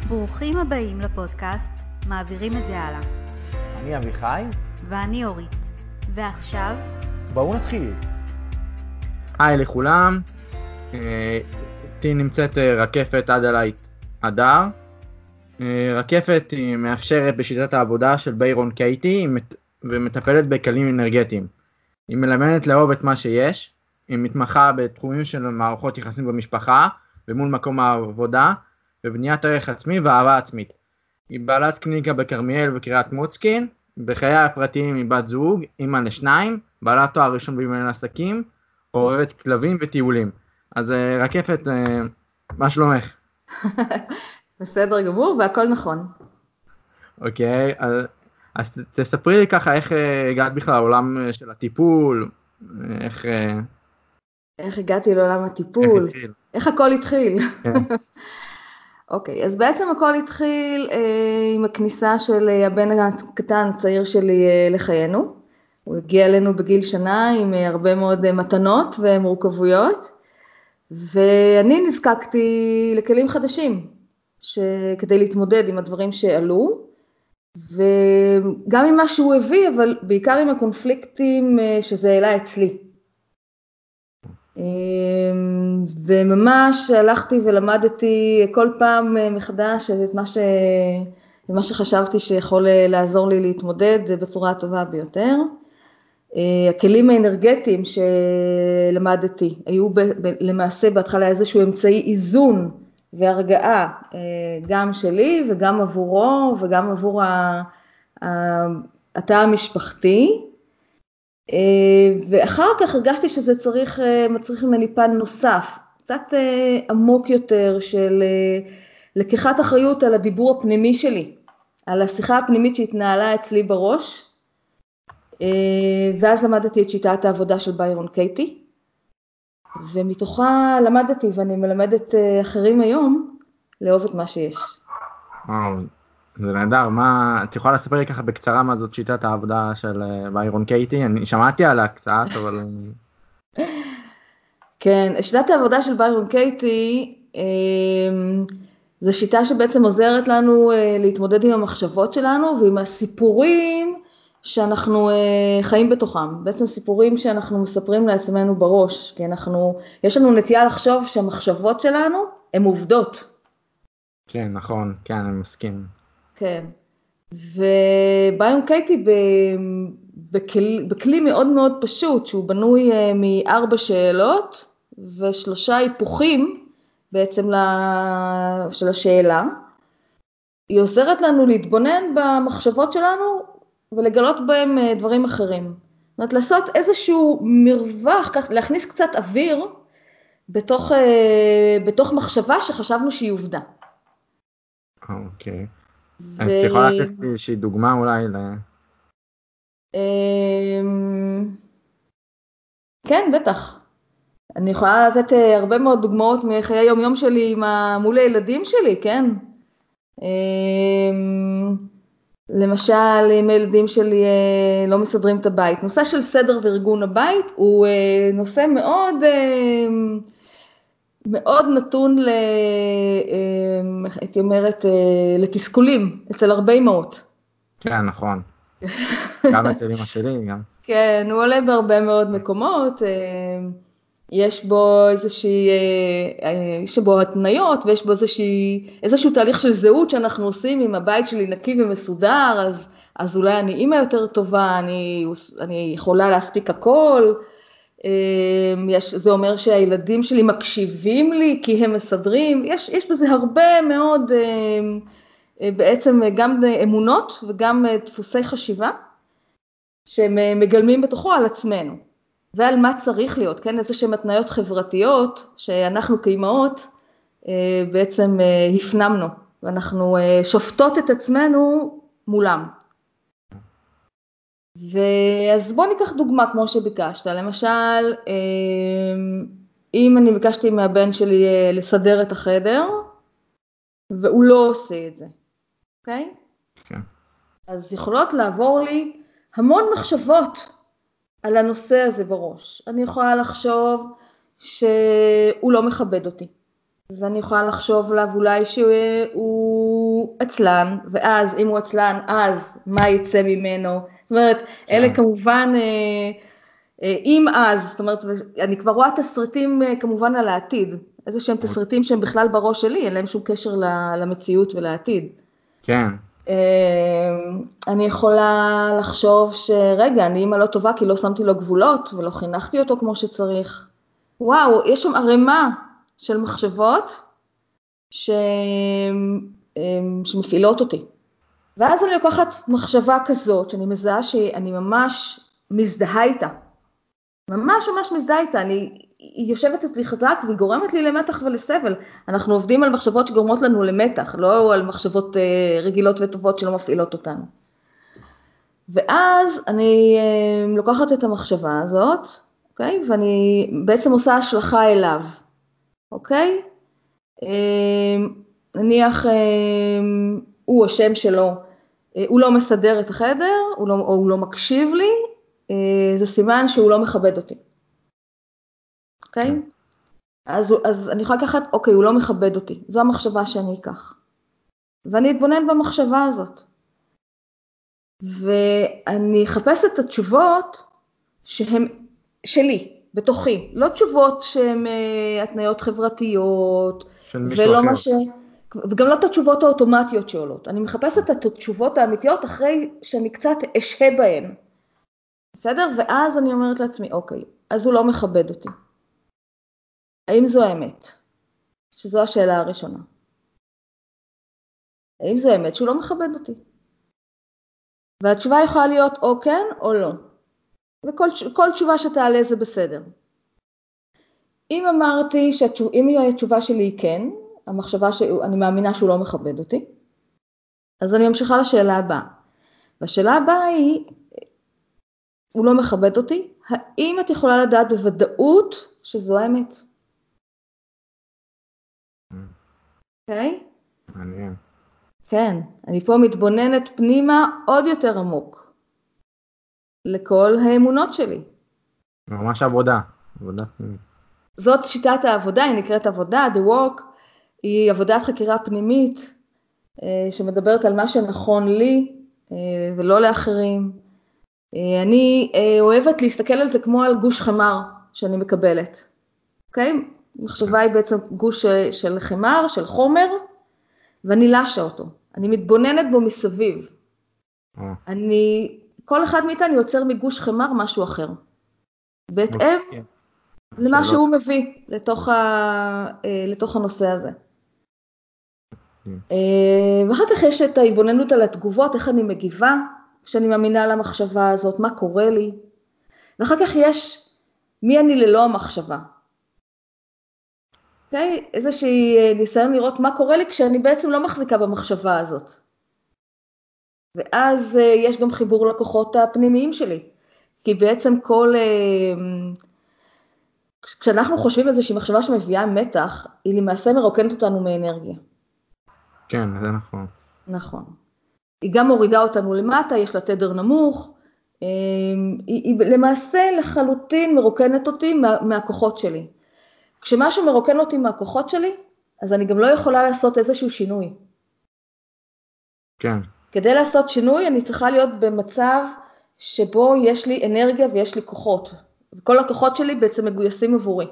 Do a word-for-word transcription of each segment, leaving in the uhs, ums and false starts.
ברוכים הבאים לפודקאסט, מעבירים את זה הלאה. אני אביחי. ואני אורית. ועכשיו? בואו נתחיל. היי לכולם, איתי נמצאת רקפת אדלייט אדר. רקפת היא מאפשרת בשיטת העבודה של ביירון קייטי ומטפלת בכלים אנרגטיים. היא מלמדת לאהוב את מה שיש, היא מתמחה בתחומים של מערכות יחסים במשפחה ומול מקום העבודה, בבניית ערך עצמי ואהבה עצמית. היא בעלת קליניקה בכרמיאל וקריית מוצקין, בחיי הפרטיים היא בת זוג, אמא לשניים, בעלת תואר ראשון במנהל עסקים, אוהבת כלבים וטיולים. אז רקפת, מה שלומך? בסדר גמור, והכל נכון. אוקיי, אז, אז תספרי לי ככה איך הגעת בכלל לעולם של הטיפול, איך... איך הגעתי לעולם הטיפול? איך התחיל? איך הכל התחיל? כן. אוקיי, אז בעצם הכל התחיל אה, עם הכניסה של הבן הקטן, הצעיר שלי אה, לחיינו. הוא הגיע אלינו בגיל שנה עם אה, הרבה מאוד אה, מתנות ומורכבויות, ואני נזקקתי לכלים חדשים, כדי להתמודד עם הדברים שעלו, וגם עם מה שהוא הביא, אבל בעיקר עם הקונפליקטים אה, שזה העלה אצלי. וממש הלכתי ולמדתי כל פעם מחדש את מה, ש... מה שחשבתי שיכול לעזור לי להתמודד בצורה הטובה ביותר. הכלים האנרגטיים שלמדתי היו ב... למעשה בהתחלה איזשהו אמצעי איזון והרגעה, גם שלי וגם עבורו וגם עבור התא המשפחתי. ואחר כך הרגשתי שזה צריך, מצריך ממני פן נוסף, קצת עמוק יותר של לקיחת אחריות על הדיבור הפנימי שלי, על השיחה הפנימית שהתנהלה אצלי בראש, ואז למדתי את שיטת העבודה של ביירון קייטי, ומתוכה למדתי ואני מלמדת אחרים היום לאהוב את מה שיש. וואו, זה נהדר. מה, את יכולה לספר לי ככה בקצרה מה זאת שיטת העבודה של ביירון קייטי? אני שמעתי עליה קצת, אבל... כן, שיטת העבודה של ביירון קייטי, זו שיטה שבעצם עוזרת לנו להתמודד עם המחשבות שלנו ועם הסיפורים שאנחנו חיים בתוכם. בעצם סיפורים שאנחנו מספרים לעצמנו בראש, כי אנחנו, יש לנו נטייה לחשוב שהמחשבות שלנו הן עובדות. כן, נכון, כן, אני מסכים. כן, וביירון קייטי בכלי, בכלי מאוד מאוד פשוט, שהוא בנוי מארבע שאלות ושלושה היפוכים בעצם של השאלה, היא עוזרת לנו להתבונן במחשבות שלנו ולגלות בהם דברים אחרים. זאת אומרת, לעשות איזשהו מרווח, להכניס קצת אוויר בתוך, בתוך מחשבה שחשבנו שהיא עובדה. אוקיי. את יכולה לתת לי איזושהי דוגמה אולי ל... כן, בטח. אני יכולה לתת הרבה מאוד דוגמאות מחיי היום יום שלי מול הילדים שלי, כן? למשל, אם הילדים שלי לא מסדרים את הבית. נושא של סדר וארגון הבית הוא נושא מאוד... מאוד נתון, ל, הייתי אומרת, לתסכולים, אצל הרבה אמהות. כן, נכון. גם אצל אמא שלי, גם. כן, הוא עולה בהרבה מאוד מקומות, יש בו איזושהי, יש בו התניות, ויש בו איזושהי, איזשהו תהליך של זהות שאנחנו עושים, אם הבית שלי נקי ומסודר, אז, אז אולי אני אמא יותר טובה, אני, אני יכולה להספיק הכל, יש, זה אומר שהילדים שלי מקשיבים לי כי הם מסדרים, יש, יש בזה הרבה מאוד בעצם גם אמונות וגם דפוסי חשיבה שהם מגלמים בתוכו על עצמנו ועל מה צריך להיות, כן? איזה שהן התניות חברתיות שאנחנו כאימהות בעצם הפנמנו ואנחנו שופטות את עצמנו מולם. ואז בוא ניקח דוגמה כמו שביקשת, למשל, אם אני ביקשתי מהבן שלי לסדר את החדר, והוא לא עושה את זה, אוקיי? כן. אז יכולות לעבור לי המון מחשבות על הנושא הזה בראש. אני יכולה לחשוב שהוא לא מכבד אותי, ואני יכולה לחשוב עליו אולי שהוא הוא עצלן, ואז אם הוא עצלן, אז מה יצא ממנו? זאת אומרת, אלה כמובן, אם אז, זאת אומרת, אני כבר רואה תסריטים כמובן על העתיד, איזה שהם תסריטים שהם בכלל בראש שלי, אין להם שום קשר למציאות ולעתיד. כן. אני יכולה לחשוב שרגע, אני אימא לא טובה כי לא שמתי לו גבולות ולא חינכתי אותו כמו שצריך. וואו, יש שם ערימה של מחשבות ש... שמפעילות אותי. ואז אני לוקחת מחשבה כזאת שאני מזהה שאני ממש מזדהה איתה. ממש ממש מזדהה איתה. אני... היא יושבת אצלי חזק והיא גורמת לי למתח ולסבל. אנחנו עובדים על מחשבות שגורמות לנו למתח, לא על מחשבות רגילות וטובות שלא מפעילות אותנו. ואז אני לוקחת את המחשבה הזאת, אוקיי? ואני בעצם עושה השלכה אליו, אוקיי? נניח, הוא השם שלו, הוא לא מסדר את החדר, הוא לא, או הוא לא מקשיב לי, זה סימן שהוא לא מכבד אותי. אוקיי? אז, אז אני יכולה לקחת, אוקיי, הוא לא מכבד אותי. זו המחשבה שאני אקח. ואני אתבונן במחשבה הזאת. ואני אחפש את התשובות שהן שלי, בתוכי. לא תשובות שהן התניות חברתיות, ולא מה ש... וגם לא את התשובות האוטומטיות שעולות. אני מחפשת את התשובות האמיתיות אחרי שאני קצת אשהה בהן. בסדר? ואז אני אומרת לעצמי, אוקיי, אז הוא לא מכבד אותי. האם זו האמת? שזו השאלה הראשונה. האם זו האמת שהוא לא מכבד אותי? והתשובה יכולה להיות או כן או לא. וכל כל תשובה שתעלה זה בסדר. אם אמרתי, שהתשוב, אם התשובה שלי היא כן, המחשבה שאני מאמינה שהוא לא מכבד אותי, אז אני ממשיכה לשאלה הבאה. והשאלה הבאה היא, הוא לא מכבד אותי, האם את יכולה לדעת בוודאות שזו האמת? אוקיי? מעניין. כן, אני פה מתבוננת פנימה עוד יותר עמוק, לכל האמונות שלי. ממש עבודה. עבודה פנימית. זאת שיטת העבודה, היא נקראת עבודה, the work, היא עבודת חקירה פנימית, שמדברת על מה שנכון לי, ולא לאחרים. אני אוהבת להסתכל על זה כמו על גוש חמר שאני מקבלת. אוקיי? מחשבה היא בעצם גוש של חמר, של חומר, ואני לשה אותו. אני מתבוננת בו מסביב. אני, כל אחד מאיתנו יוצר מגוש חמר משהו אחר. בהתאם למה שהוא מביא לתוך, ה, לתוך הנושא הזה. ואחר כך יש את ההתבוננות על התגובות, איך אני מגיבה, כשאני מאמינה על המחשבה הזאת, מה קורה לי. ואחר כך יש מי אני ללא המחשבה. אוקיי? איזושהי ניסיון לראות מה קורה לי כשאני בעצם לא מחזיקה במחשבה הזאת. ואז יש גם חיבור לכוחות הפנימיים שלי. כי בעצם כל... כשאנחנו חושבים איזושהי מחשבה שמביאה מתח, היא למעשה מרוקנת אותנו מאנרגיה. כן, זה נכון. נכון. היא גם מורידה אותנו למטה, יש לה תדר נמוך, היא, היא למעשה לחלוטין מרוקנת אותי מה, מהכוחות שלי. כשמשהו מרוקן אותי מהכוחות שלי, אז אני גם לא יכולה לעשות איזשהו שינוי. כן. כדי לעשות שינוי, אני צריכה להיות במצב שבו יש לי אנרגיה ויש לי כוחות. וכל הכוחות שלי בעצם מגויסים עבורי.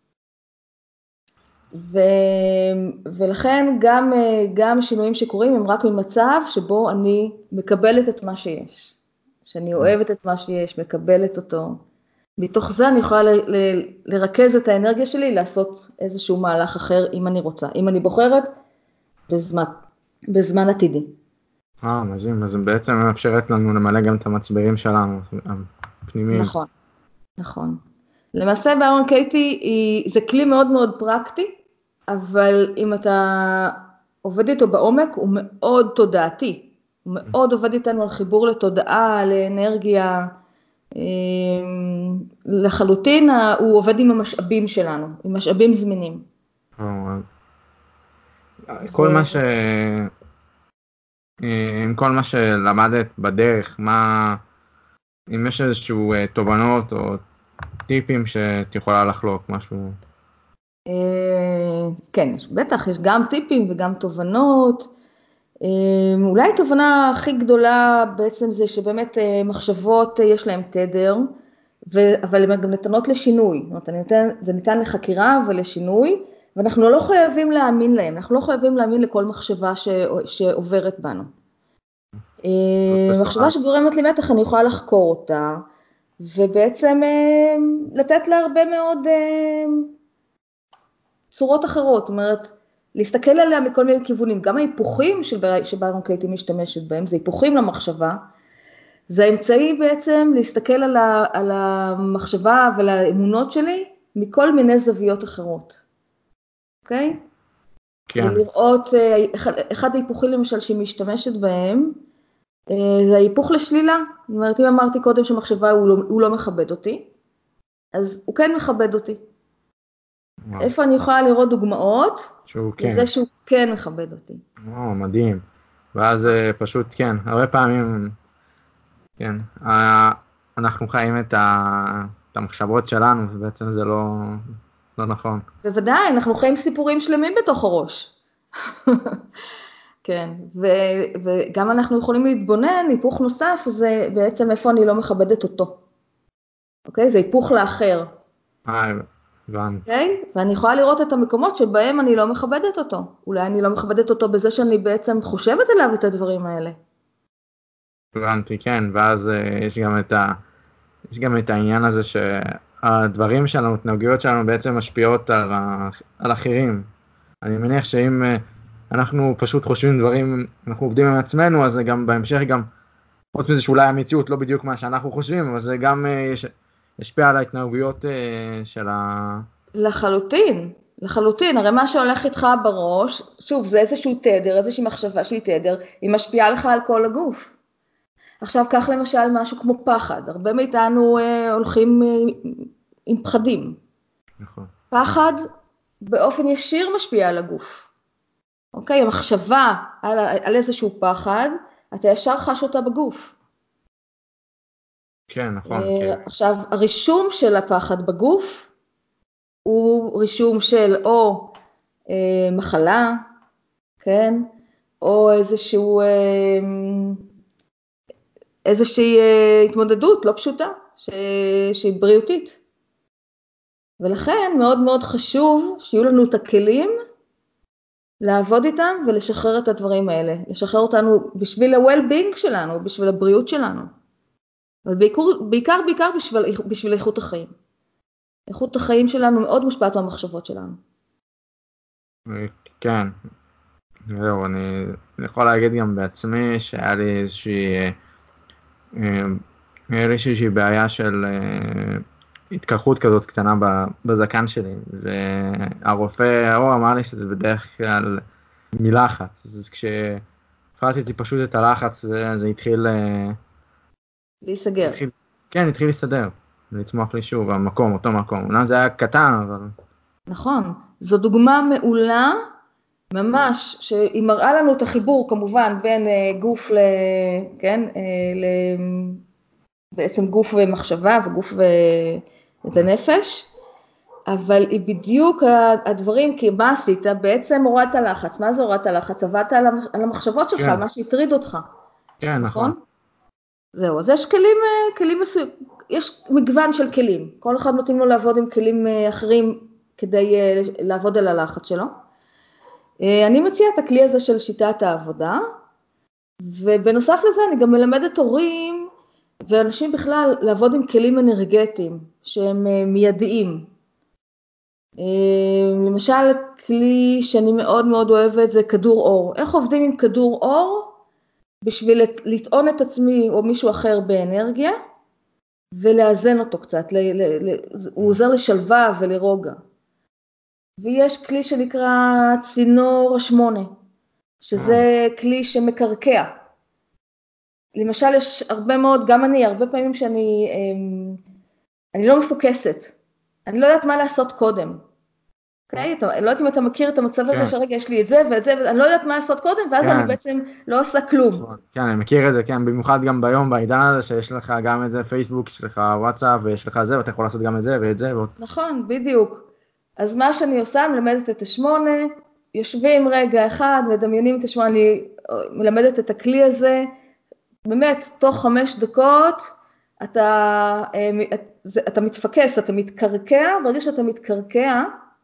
ו... ולכן גם, גם שינויים שקורים הם רק ממצב שבו אני מקבלת את מה שיש. שאני אוהבת את מה שיש, מקבלת אותו. מתוך זה אני יכולה ל... ל... לרכז את האנרגיה שלי, לעשות איזשהו מהלך אחר אם אני רוצה. אם אני בוחרת, בזמן, בזמן עתידי. אה, מזים, אז בעצם מאפשרת לנו למלא גם את המצברים שלנו, הפנימיים. נכון, נכון. למעשה בארון קייטי היא, זה כלי מאוד מאוד פרקטי, אבל אם אתה עובד איתו בעומק, הוא מאוד תודעתי. הוא מאוד עובד איתנו על חיבור לתודעה, לאנרגיה. לחלוטין, הוא עובד עם המשאבים שלנו, עם משאבים זמינים. כל מה ש... עם כל מה שלמדת בדרך, מה... אם יש איזשהו תובנות או טיפים שאת יכולה לחלוק, משהו... כן, בטח, יש גם טיפים וגם תובנות. אולי התובנה הכי גדולה בעצם זה שבאמת מחשבות יש להן תדר, אבל הן גם ניתנות לשינוי, זאת אומרת, ניתן, זה ניתן לחקירה ולשינוי, ואנחנו לא חייבים להאמין להם, אנחנו לא חייבים להאמין לכל מחשבה ש, שעוברת בנו. מחשבה שגורמת לי מתח, אני יכולה לחקור אותה, ובעצם לתת לה הרבה מאוד צורות אחרות, זאת אומרת, להסתכל עליה מכל מיני כיוונים, גם ההיפוכים שבהם הייתי משתמשת בהם, זה היפוכים למחשבה, זה האמצעי בעצם להסתכל על, ה, על המחשבה ועל האמונות שלי, מכל מיני זוויות אחרות. אוקיי? כן. ולראות, אחד, אחד ההיפוכים למשל שהיא משתמשת בהם, זה ההיפוך לשלילה. זאת אומרת, אם אמרתי קודם שמחשבה הוא לא, הוא לא מכבד אותי, אז הוא כן מכבד אותי. וואו. איפה אני יכולה לראות דוגמאות? שהוא כן. לזה שהוא כן מכבד אותי. וואו, מדהים. ואז פשוט כן, הרבה פעמים, כן, אנחנו חיים את, ה, את המחשבות שלנו, ובעצם זה לא, לא נכון. בוודאי, אנחנו חיים סיפורים שלמים בתוך הראש. כן, ו, וגם אנחנו יכולים להתבונן, היפוך נוסף, זה בעצם איפה אני לא מכבדת אותו. אוקיי? זה היפוך לאחר. אה, הבנתי. אוקיי? ואני יכולה לראות את המקומות שבהם אני לא מכבדת אותו. אולי אני לא מכבדת אותו בזה שאני בעצם חושבת עליו את הדברים האלה. הבנתי, כן, ואז יש גם את ה... יש גם את העניין הזה שהדברים שלנו, התנהגויות שלנו בעצם משפיעות על, ה... על אחרים. אני מניח שאם אנחנו פשוט חושבים דברים, אנחנו עובדים עם עצמנו, אז זה גם בהמשך גם, חוץ מזה שאולי המציאות לא בדיוק מה שאנחנו חושבים, אבל זה גם יש... ישפיע על ההתנהגויות של ה... לחלוטין, לחלוטין. הרי מה שהולך איתך בראש, שוב, זה איזשהו תדר, איזושהי מחשבה שהיא תדר, היא משפיעה לך על כל הגוף. עכשיו, כך למשל משהו כמו פחד. הרבה מאיתנו אה, הולכים אה, עם פחדים. נכון. פחד באופן ישיר משפיע על הגוף. אוקיי? המחשבה על, על איזשהו פחד, אתה ישר חש אותה בגוף. כן, נכון. אה, כן. עכשיו, הרישום של הפחד בגוף, הוא רישום של או אה, מחלה, כן? או איזשהו... אה, איזושהי התמודדות לא פשוטה, שהיא בריאותית. ולכן מאוד מאוד חשוב שיהיו לנו את הכלים לעבוד איתם ולשחרר את הדברים האלה. לשחרר אותנו בשביל ה-well-being שלנו, בשביל הבריאות שלנו. אבל בעיקר, בעיקר, בעיקר בשביל, בשביל איכות החיים. איכות החיים שלנו מאוד מושפעת מהמחשבות שלנו. כן. זהו, אני יכול להגיד גם בעצמי שהיה לי איזושהי... היה לי איזושהי בעיה של התקרחות כזאת קטנה בזקן שלי, והרופא הוא אמר לי שזה בדרך כלל מלחץ, אז כשהפרטתי פשוט את הלחץ וזה התחיל... להיסגר. התחיל, כן, התחיל להסתדר, לצמוח לי שוב, המקום, אותו מקום, אולי זה היה קטן, אבל... נכון, זו דוגמה מעולה, ממש, שהיא מראה לנו את החיבור כמובן בין גוף ל... כן, ל... בעצם גוף ומחשבה וגוף ו... ונפש, אבל היא בדיוק הדברים, כי מה עשית? בעצם הורדת לחץ. מה זה הורדת לחץ? עבדת על המחשבות שלך, על מה שהטריד אותך. כן, נכון. זהו, אז יש כלים, כלים מסוים, יש מגוון של כלים. כל אחד נותנים לו לעבוד עם כלים אחרים כדי לעבוד על הלחץ שלו. אני מציעה את הכלי הזה של שיטת העבודה, ובנוסף לזה אני גם מלמדת הורים ואנשים בכלל לעבוד עם כלים אנרגטיים שהם מיידיים. למשל, כלי שאני מאוד מאוד אוהבת זה כדור אור. איך עובדים עם כדור אור? בשביל לטעון את עצמי או מישהו אחר באנרגיה, ולאזן אותו קצת. הוא עוזר לשלווה ולרוגע. ויש כלי שנקרא צינור השמונה, שזה כלי שמקרקע. למשל, יש הרבה מאוד, גם אני, הרבה פעמים שאני, אני לא מפוקסת. אני לא יודעת מה לעשות קודם. אוקיי? אני לא יודעת אם אתה מכיר את המצב הזה שרגע יש לי את זה ואת זה, ואני לא יודעת מה לעשות קודם, ואז אני בעצם לא עושה כלום. כן, אני מכיר את זה, כן, במיוחד גם ביום, בעידן הזה, שיש לך גם את זה פייסבוק, יש לך וואטסאפ, ויש לך זה, ואתה יכול לעשות גם את זה ואת זה. נכון, בדיוק. אז מה שאני עושה, מלמדת את השמונה, יושבים רגע אחד, מדמיינים את השמונה, אני מלמדת את הכלי הזה, באמת, תוך חמש דקות, אתה, אתה מתפקס, אתה מתקרקע, ברגע שאתה מתקרקע,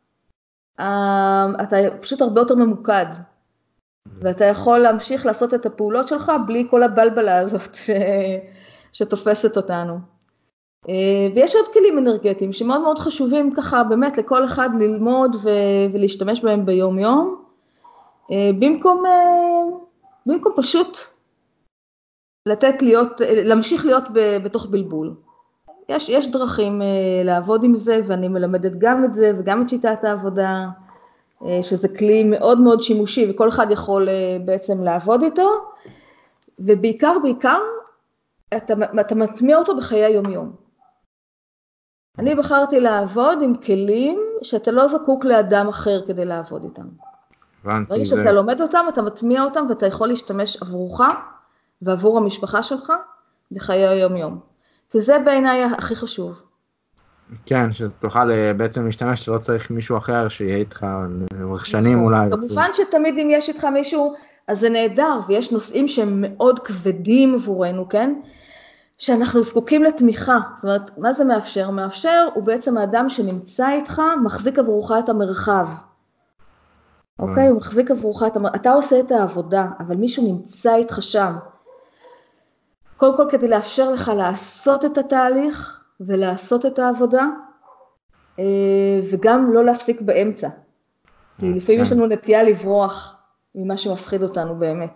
אתה פשוט הרבה יותר ממוקד, ואתה יכול להמשיך לעשות את הפעולות שלך, בלי כל הבלבלה הזאת ש... שתופסת אותנו. ויש עוד כלים אנרגטיים, שמאוד מאוד חשובים ככה, באמת, לכל אחד ללמוד ו... ולהשתמש בהם ביום יום, במקום, במקום פשוט לתת להיות, להמשיך להיות בתוך בלבול. יש, יש דרכים לעבוד עם זה, ואני מלמדת גם את זה וגם את שיטת העבודה, שזה כלי מאוד מאוד שימושי, וכל אחד יכול בעצם לעבוד איתו, ובעיקר, בעיקר, אתה, אתה מטמיע אותו בחיי היום-יום. אני בחרתי לעבוד עם כלים שאתה לא זקוק לאדם אחר כדי לעבוד איתם. ברגע שאתה זה... לומד אותם, אתה מטמיע אותם, ואתה יכול להשתמש עבורך, ועבור המשפחה שלך, בחיי היום-יום. וזה בעיניי הכי חשוב. כן, שתוכל בעצם להשתמש, שלא צריך מישהו אחר שיהיה איתך לאורך שנים אולי. כמובן שתמיד אם יש איתך מישהו, אז זה נהדר, ויש נושאים שהם מאוד כבדים עבורנו, כן? שאנחנו זקוקים לתמיכה. זאת אומרת, מה זה מאפשר? מאפשר הוא בעצם האדם שנמצא איתך, מחזיק עבורך את המרחב. אוקיי? הוא מחזיק עבורך את המרחב. אתה עושה את העבודה, אבל מישהו נמצא איתך שם. קודם כל כדי לאפשר לך לעשות את התהליך, ולעשות את העבודה, וגם לא להפסיק באמצע. כי לפעמים יש לנו נטייה לברוח ממה שמפחיד אותנו באמת.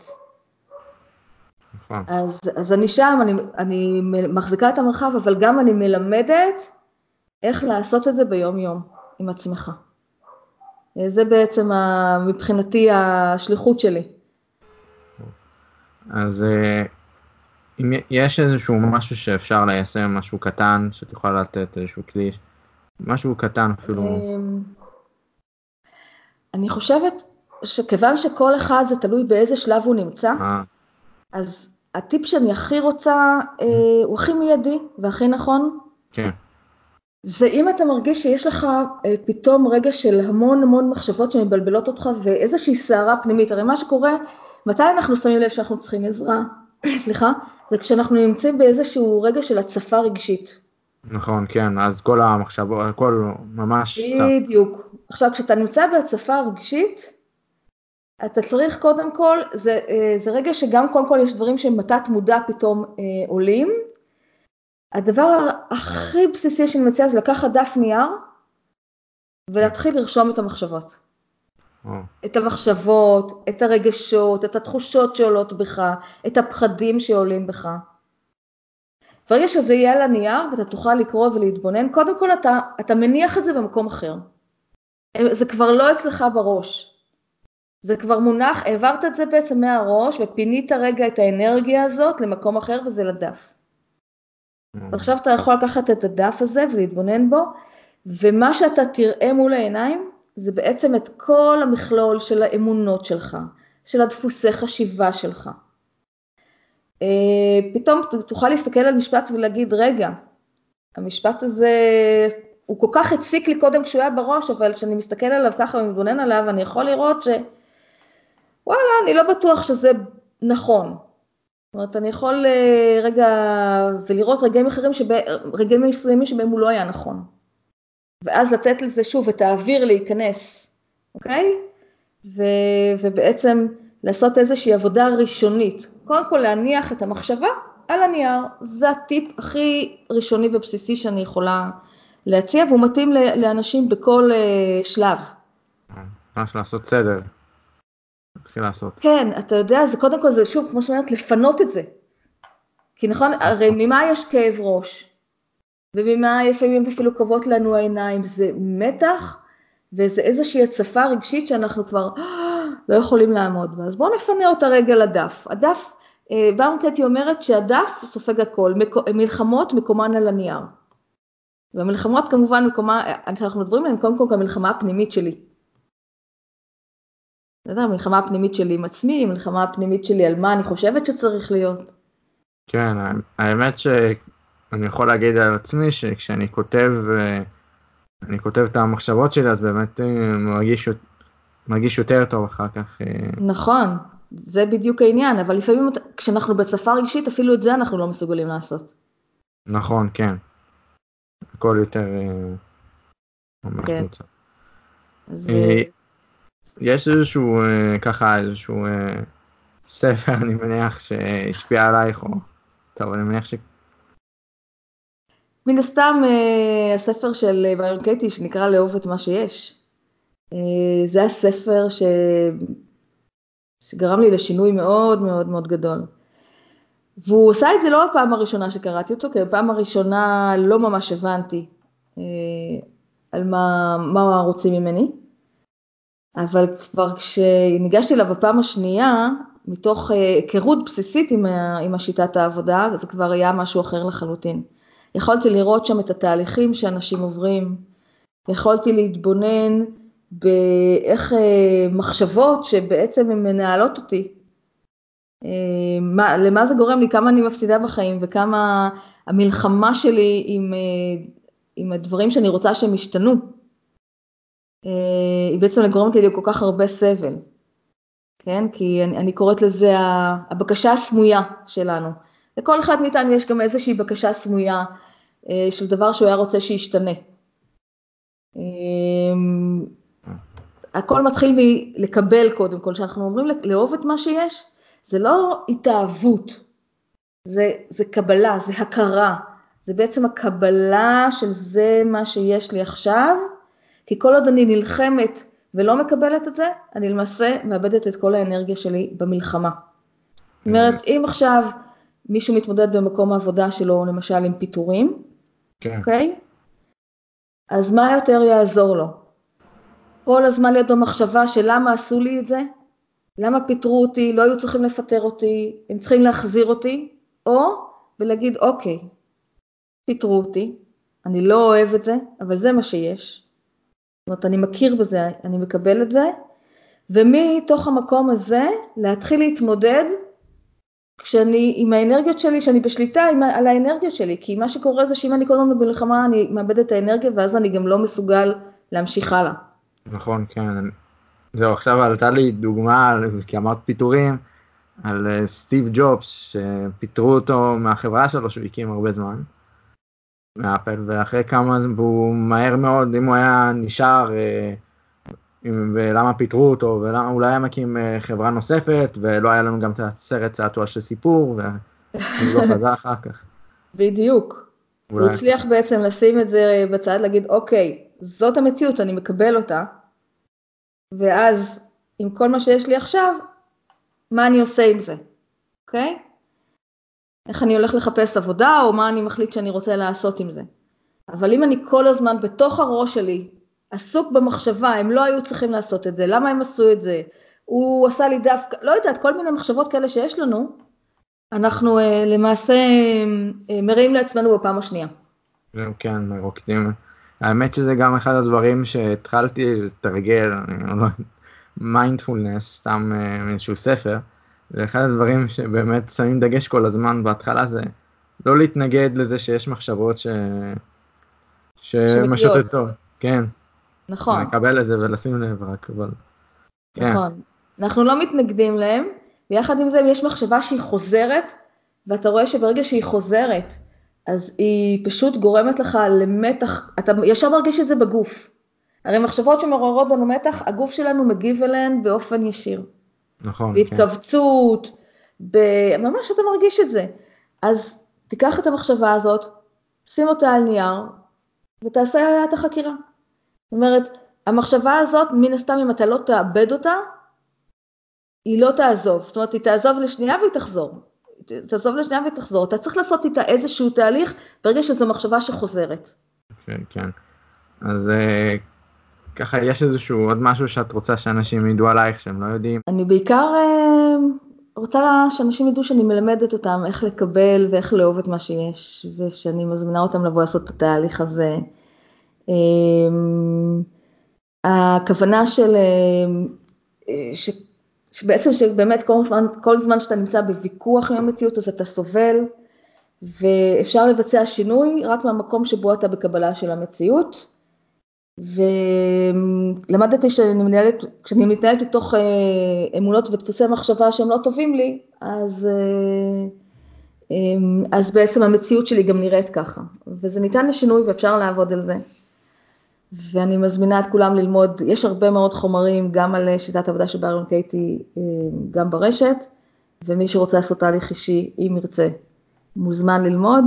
אז, אז אני שם, אני, אני מחזיקה את המרחב, אבל גם אני מלמדת איך לעשות את זה ביום יום עם עצמך. זה בעצם מבחינתי השליחות שלי. אז אם יש איזשהו משהו שאפשר ליישם, משהו קטן, שאת יכולה לתת איזשהו כלי, משהו קטן אפילו. אני חושבת שכיוון שכל אחד זה תלוי באיזה שלב הוא נמצא, אז הטיפ שאני הכי רוצה, הוא הכי מיידי והכי נכון. כן. זה אם אתה מרגיש שיש לך פתאום רגע של המון המון מחשבות שמבלבלות אותך, ואיזושהי סערה פנימית. הרי מה שקורה, מתי אנחנו שמים לב שאנחנו צריכים עזרה? סליחה, זה כשאנחנו נמצאים באיזשהו רגע של הצפה רגשית. נכון, כן, אז כל המחשבות, הכל ממש צף. בדיוק. עכשיו, כשאתה נמצא בהצפה רגשית, אתה צריך קודם כל, זה, זה רגע שגם קודם כל יש דברים שהם מתת מודע פתאום אה, עולים. הדבר הכי בסיסי שאני מציעה זה לקחת דף נייר, ולהתחיל לרשום את המחשבות. את המחשבות, את הרגשות, את התחושות שעולות בך, את הפחדים שעולים בך. ברגע שזה יהיה על הנייר, ואתה תוכל לקרוא ולהתבונן, קודם כל אתה, אתה מניח את זה במקום אחר. זה כבר לא אצלך בראש. זה כבר מונח, העברת את זה בעצם מהראש, ופינית רגע את האנרגיה הזאת למקום אחר, וזה לדף. ועכשיו אתה יכול לקחת את הדף הזה ולהתבונן בו, ומה שאתה תראה מול העיניים, זה בעצם את כל המכלול של האמונות שלך, של הדפוסי חשיבה שלך. פתאום תוכל להסתכל על משפט ולהגיד, רגע, המשפט הזה, הוא כל כך הציק לי קודם כשהוא היה בראש, אבל כשאני מסתכל עליו ככה ומתבונן עליו, אני יכול לראות ש... וואלה, אני לא בטוח שזה נכון. זאת אומרת, אני יכול רגע, ולראות רגעים אחרים, שבה, רגעים מסוימים שבהם הוא לא היה נכון. ואז לתת לזה שוב את האוויר להיכנס, אוקיי? ו, ובעצם לעשות איזושהי עבודה ראשונית. קודם כל להניח את המחשבה על הנייר, זה הטיפ הכי ראשוני ובסיסי שאני יכולה להציע, והוא מתאים לאנשים בכל שלב. ממש לעשות סדר. להתחיל לעשות. כן, אתה יודע, זה קודם כל זה שוב, כמו שאומרת, לפנות את זה. כי נכון, הרי ממה יש כאב ראש? וממה לפעמים אפילו קוות לנו העיניים, זה מתח, וזה איזושהי הצפה רגשית שאנחנו כבר לא יכולים לעמוד בה. אז בואו נפנה אותה רגע לדף. הדף, ברון קטי אומרת שהדף סופג הכל, מלחמות מקומן על הנייר. והמלחמות כמובן מקומה, אנחנו מדברים עליהן קודם כל כמלחמה הפנימית שלי. אתה יודע, המלחמה הפנימית שלי עם עצמי, המלחמה הפנימית שלי על מה אני חושבת שצריך להיות. כן, האמת שאני יכול להגיד על עצמי שכשאני כותב, אני כותב את המחשבות שלי, אז באמת מרגיש, מרגיש יותר טוב אחר כך. נכון, זה בדיוק העניין, אבל לפעמים כשאנחנו בשפה רגשית, אפילו את זה אנחנו לא מסוגלים לעשות. נכון, כן. הכל יותר ממש כן. מוצא. אז... יש איזשהו, ככה, איזשהו ספר, אני מניח, שהשפיע עלייך, או... טוב, אני מניח ש... מן הסתם, הספר של בירון קייטי, שנקרא לאהוב את מה שיש. זה הספר ש... שגרם לי לשינוי מאוד מאוד מאוד גדול. והוא עושה את זה לא הפעם הראשונה שקראתי אותו, כי הפעם הראשונה לא ממש הבנתי על מה, מה רוצים ממני. אבל כבר כשניגשתי אליו בפעם השנייה, מתוך היכרות בסיסית עם, עם השיטת העבודה, זה כבר היה משהו אחר לחלוטין. יכולתי לראות שם את התהליכים שאנשים עוברים, יכולתי להתבונן באיך מחשבות שבעצם הן מנהלות אותי, מה, למה זה גורם לי, כמה אני מפסידה בחיים וכמה המלחמה שלי עם, עם הדברים שאני רוצה שהם ישתנו, היא בעצם גורמת לי כל כך הרבה סבל, כן? כי אני, אני קוראת לזה הבקשה הסמויה שלנו. לכל אחד מאיתנו יש גם איזושהי בקשה סמויה של דבר שהוא היה רוצה שישתנה. הכל מתחיל מלקבל קודם כל, שאנחנו אומרים לאהוב את מה שיש, זה לא התאהבות, זה, זה קבלה, זה הכרה, זה בעצם הקבלה של זה מה שיש לי עכשיו, כי כל עוד אני נלחמת ולא מקבלת את זה, אני למעשה מאבדת את כל האנרגיה שלי במלחמה. זאת אומרת, אם עכשיו מישהו מתמודד במקום העבודה שלו, למשל עם פיטורים, כן. אוקיי? אז מה יותר יעזור לו? כל הזמן להיות במחשבה של למה עשו לי את זה, למה פיטרו אותי, לא היו צריכים לפטר אותי, הם צריכים להחזיר אותי, או ולהגיד אוקיי, פיטרו אותי, אני לא אוהב את זה, אבל זה מה שיש. זאת אומרת, אני מכיר בזה, אני מקבל את זה, ומתוך המקום הזה להתחיל להתמודד כשאני, עם האנרגיות שלי, שאני בשליטה עם, על האנרגיות שלי, כי מה שקורה זה שאם אני כל הזמן במלחמה, אני מאבד את האנרגיה, ואז אני גם לא מסוגל להמשיך הלאה. נכון, כן. זהו, עכשיו עלתה לי דוגמה, כי אמרת פיטורים, על סטיב ג'ובס, שפיטרו אותו מהחברה שלו, שהוא הקים הרבה זמן, מאפל, ואחרי כמה, והוא מהר מאוד, אם הוא היה נשאר, ולמה פיטרו אותו, ואולי היה מקים חברה נוספת, ולא היה לנו גם את הסרט צעתוע של סיפור, והוא לא חזר אחר כך. בדיוק. הוא הצליח בעצם לשים את זה בצד, להגיד, אוקיי, זאת המציאות, אני מקבל אותה, ואז עם כל מה שיש לי עכשיו, מה אני עושה עם זה, אוקיי? איך אני הולך לחפש עבודה, או מה אני מחליט שאני רוצה לעשות עם זה. אבל אם אני כל הזמן בתוך הראש שלי, עסוק במחשבה, הם לא היו צריכים לעשות את זה, למה הם עשו את זה? הוא עשה לי דווקא, לא יודעת, כל מיני מחשבות כאלה שיש לנו, אנחנו אה, למעשה אה, מראים לעצמנו בפעם השנייה. כן, מרוקדים. האמת שזה גם אחד הדברים שהתחלתי לתרגל, מיינדפולנס, סתם איזשהו ספר, זה אחד הדברים שבאמת שמים דגש כל הזמן בהתחלה, זה לא להתנגד לזה שיש מחשבות ש... שמשוטט טוב, כן. נכון. לקבל את זה ולשים לב רק, אבל... נכון. כן. אנחנו לא מתנגדים להם, ויחד עם זה יש מחשבה שהיא חוזרת, ואתה רואה שברגע שהיא חוזרת, אז היא פשוט גורמת לך למתח, אתה ישר מרגיש את זה בגוף. הרי מחשבות שמעוררות בנו מתח, הגוף שלנו מגיב אליהן באופן ישיר. נכון. בהתכווצות, ב... ממש אתה מרגיש את זה. אז תיקח את המחשבה הזאת, שים אותה על נייר, ותעשה עליה את החקירה. זאת אומרת, המחשבה הזאת, מן הסתם אם אתה לא תאבד אותה, היא לא תעזוב. זאת אומרת, היא תעזוב לשנייה והיא תחזור. תעזוב לשנייה והיא תחזור. אתה צריך לעשות איתה איזשהו תהליך, ברגע שזו מחשבה שחוזרת. כן, כן. אז ככה, יש איזשהו עוד משהו שאת רוצה שאנשים ידעו עלייך, שהם לא יודעים? אני בעיקר רוצה שאנשים ידעו שאני מלמדת אותם איך לקבל ואיך לאהוב את מה שיש, ושאני מזמינה אותם לבוא לעשות את התהליך הזה. הכוונה של, ש, שבעצם שבאמת כל זמן, כל זמן שאתה נמצא בוויכוח עם המציאות, אז אתה סובל, ואפשר לבצע שינוי רק מהמקום שבו אתה בקבלה של המציאות, ולמדתי שאני מנהלת, כשאני מתנהלת בתוך אמונות ודפוסי מחשבה שהם לא טובים לי, אז, אז בעצם המציאות שלי גם נראית ככה, וזה ניתן לשינוי ואפשר לעבוד על זה. ואני מזמינה את כולם ללמוד, יש הרבה מאוד חומרים גם על שיטת עבודה של ביירון קייטי, גם ברשת, ומי שרוצה לעשות תהליך אישי, אם ירצה, מוזמן ללמוד.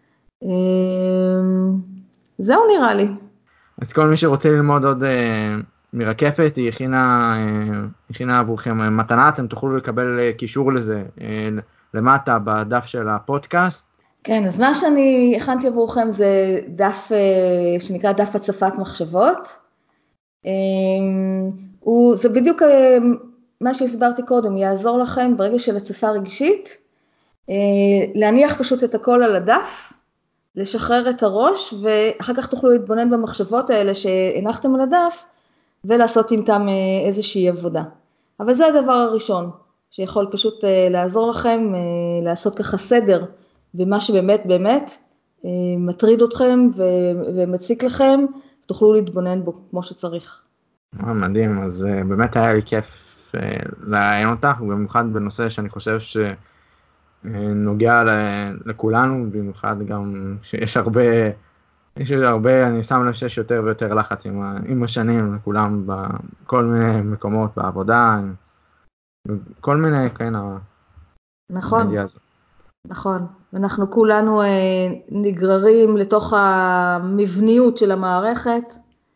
זהו נראה לי. אז כל מי שרוצה ללמוד עוד uh, מרקפת, היא הכינה, uh, הכינה עבורכם מתנה, אתם תוכלו לקבל uh, קישור לזה uh, למטה בדף של הפודקאסט. כן, אז מה שאני הכנתי עבורכם זה דף uh, שנקרא דף הצפת מחשבות. Um, הוא, זה בדיוק uh, מה שהסברתי קודם, יעזור לכם ברגע של הצפה רגשית, uh, להניח פשוט את הכל על הדף, לשחרר את הראש, ואחר כך תוכלו להתבונן במחשבות האלה שהנחתם על הדף, ולעשות איתם איזושהי עבודה. אבל זה הדבר הראשון, שיכול פשוט לעזור לכם, לעשות ככה סדר, במה שבאמת באמת מטריד אתכם ומציק לכם, תוכלו להתבונן בו כמו שצריך. מדהים, אז באמת היה לי כיף לעיין אותך, במיוחד בנושא שאני חושב ש... נוגע לכולנו, במיוחד גם שיש הרבה, יש הרבה, אני שם לב שיש יותר ויותר לחץ עם, עם השנים לכולם בכל מיני מקומות בעבודה, כל מיני, כן, נכון, נכון, אנחנו כולנו נגררים לתוך המבניות של המערכת,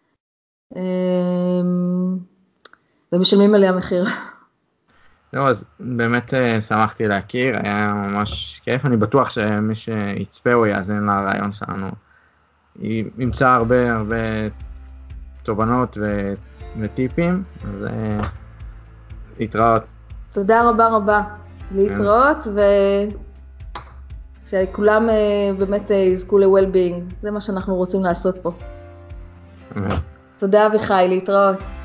ומשלמים עליה מחיר. לא, אז באמת שמחתי להכיר, היה ממש כיף, אני בטוח שמי שיצפה או יאזין לרעיון שלנו, ימצא הרבה הרבה תובנות ו... וטיפים, אז להתראות. תודה רבה רבה, להתראות, ושכולם באמת יזכו ל-well-being, זה מה שאנחנו רוצים לעשות פה. תודה אביחי, להתראות.